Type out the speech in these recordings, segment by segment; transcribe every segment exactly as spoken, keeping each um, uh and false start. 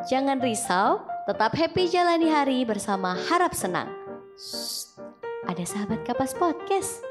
Jangan risau, tetap happy jalani hari bersama Harap Senang. Shh, ada sahabat Kapas Podcast.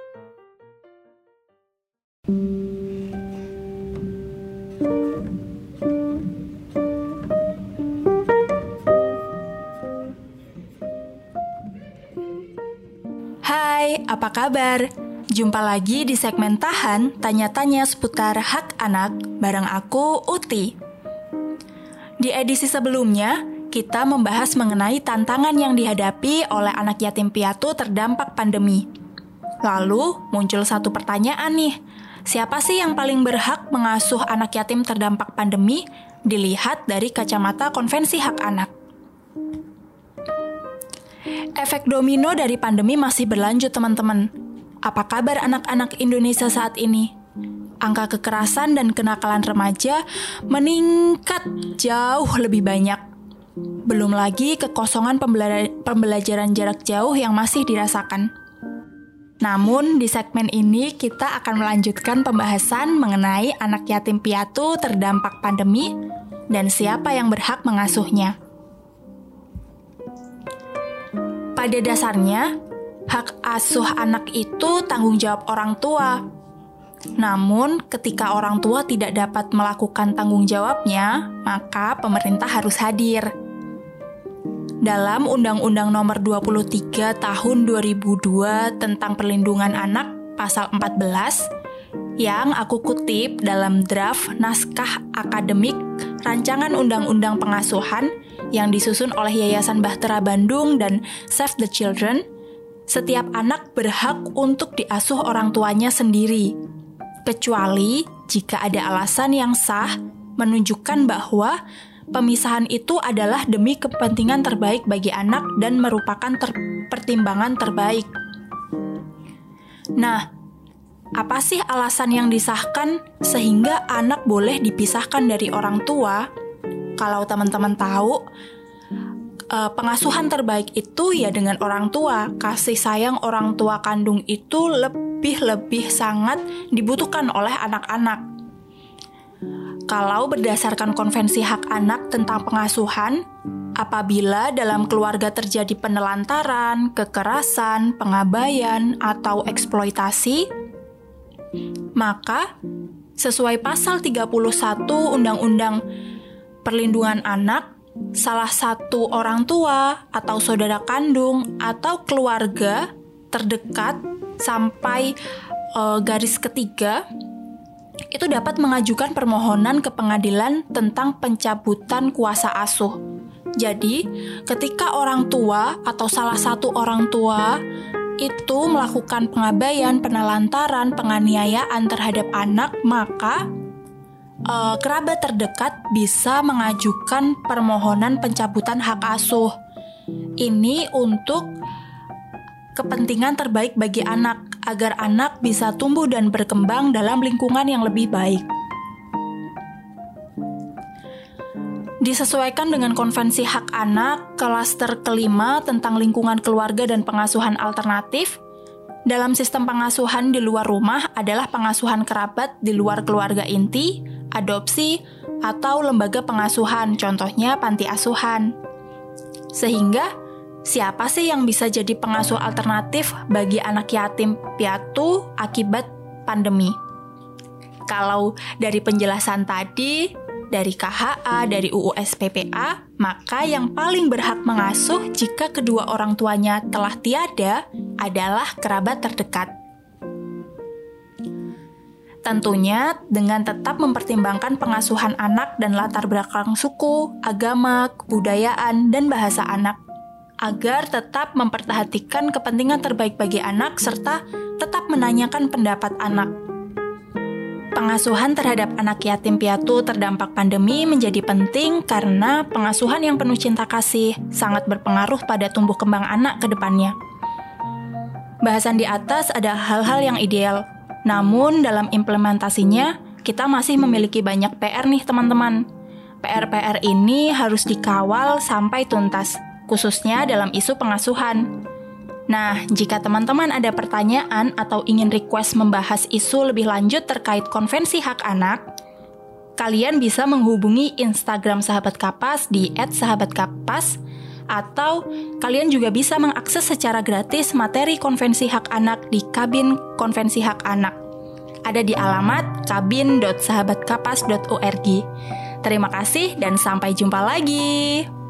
Hai, apa kabar? Jumpa lagi di segmen Tahan, tanya-tanya seputar hak anak, bareng aku, Uti. Di edisi sebelumnya, kita membahas mengenai tantangan yang dihadapi oleh anak yatim piatu terdampak pandemi. Lalu, muncul satu pertanyaan nih, siapa sih yang paling berhak mengasuh anak yatim terdampak pandemi dilihat dari kacamata Konvensi Hak Anak? Efek domino dari pandemi masih berlanjut, teman-teman. Apa kabar anak-anak Indonesia saat ini? Angka kekerasan dan kenakalan remaja meningkat jauh lebih banyak. Belum lagi kekosongan pembela- pembelajaran jarak jauh yang masih dirasakan. Namun, di segmen ini kita akan melanjutkan pembahasan mengenai anak yatim piatu terdampak pandemi dan siapa yang berhak mengasuhnya. Pada dasarnya, hak asuh anak itu tanggung jawab orang tua. Namun, ketika orang tua tidak dapat melakukan tanggung jawabnya, maka pemerintah harus hadir. Dalam Undang-Undang Nomor dua puluh tiga Tahun dua ribu dua tentang Perlindungan Anak, Pasal empat belas, yang aku kutip dalam draft naskah akademik Rancangan Undang-Undang Pengasuhan yang disusun oleh Yayasan Bahtera Bandung dan Save the Children, setiap anak berhak untuk diasuh orang tuanya sendiri, kecuali jika ada alasan yang sah menunjukkan bahwa pemisahan itu adalah demi kepentingan terbaik bagi anak dan merupakan ter- pertimbangan terbaik. Nah, apa sih alasan yang disahkan sehingga anak boleh dipisahkan dari orang tua? Kalau teman-teman tahu, pengasuhan terbaik itu ya dengan orang tua. Kasih sayang orang tua kandung itu lebih-lebih sangat dibutuhkan oleh anak-anak. Kalau berdasarkan Konvensi Hak Anak tentang pengasuhan, apabila dalam keluarga terjadi penelantaran, kekerasan, pengabaian, atau eksploitasi, maka sesuai pasal tiga puluh satu Undang-Undang Perlindungan Anak, salah satu orang tua atau saudara kandung atau keluarga terdekat sampai e, garis ketiga itu dapat mengajukan permohonan ke pengadilan tentang pencabutan kuasa asuh. Jadi, ketika orang tua atau salah satu orang tua itu melakukan pengabaian, penelantaran, penganiayaan terhadap anak, maka Uh, kerabat terdekat bisa mengajukan permohonan pencabutan hak asuh. Ini untuk kepentingan terbaik bagi anak, agar anak bisa tumbuh dan berkembang dalam lingkungan yang lebih baik. Disesuaikan dengan Konvensi Hak Anak, klaster kelima tentang lingkungan keluarga dan pengasuhan alternatif, dalam sistem pengasuhan di luar rumah adalah pengasuhan kerabat di luar keluarga inti, adopsi, atau lembaga pengasuhan, contohnya panti asuhan. Sehingga, siapa sih yang bisa jadi pengasuh alternatif bagi anak yatim piatu akibat pandemi? Kalau dari penjelasan tadi, dari K H A, dari U U S P P A, maka yang paling berhak mengasuh jika kedua orang tuanya telah tiada adalah kerabat terdekat. Tentunya dengan tetap mempertimbangkan pengasuhan anak dan latar belakang suku, agama, kebudayaan, dan bahasa anak, agar tetap memperhatikan kepentingan terbaik bagi anak serta tetap menanyakan pendapat anak. Pengasuhan terhadap anak yatim piatu terdampak pandemi menjadi penting karena pengasuhan yang penuh cinta kasih sangat berpengaruh pada tumbuh kembang anak ke depannya. Bahasan di atas ada hal-hal yang ideal, namun dalam implementasinya kita masih memiliki banyak P R nih teman-teman. P R-P R ini harus dikawal sampai tuntas, khususnya dalam isu pengasuhan. Nah, jika teman-teman ada pertanyaan atau ingin request membahas isu lebih lanjut terkait Konvensi Hak Anak, kalian bisa menghubungi Instagram Sahabat Kapas di et sahabat kapas, atau kalian juga bisa mengakses secara gratis materi konvensi hak anak di Kabin Konvensi Hak Anak. Ada di alamat kabin dot sahabat kapas dot org. Terima kasih dan sampai jumpa lagi.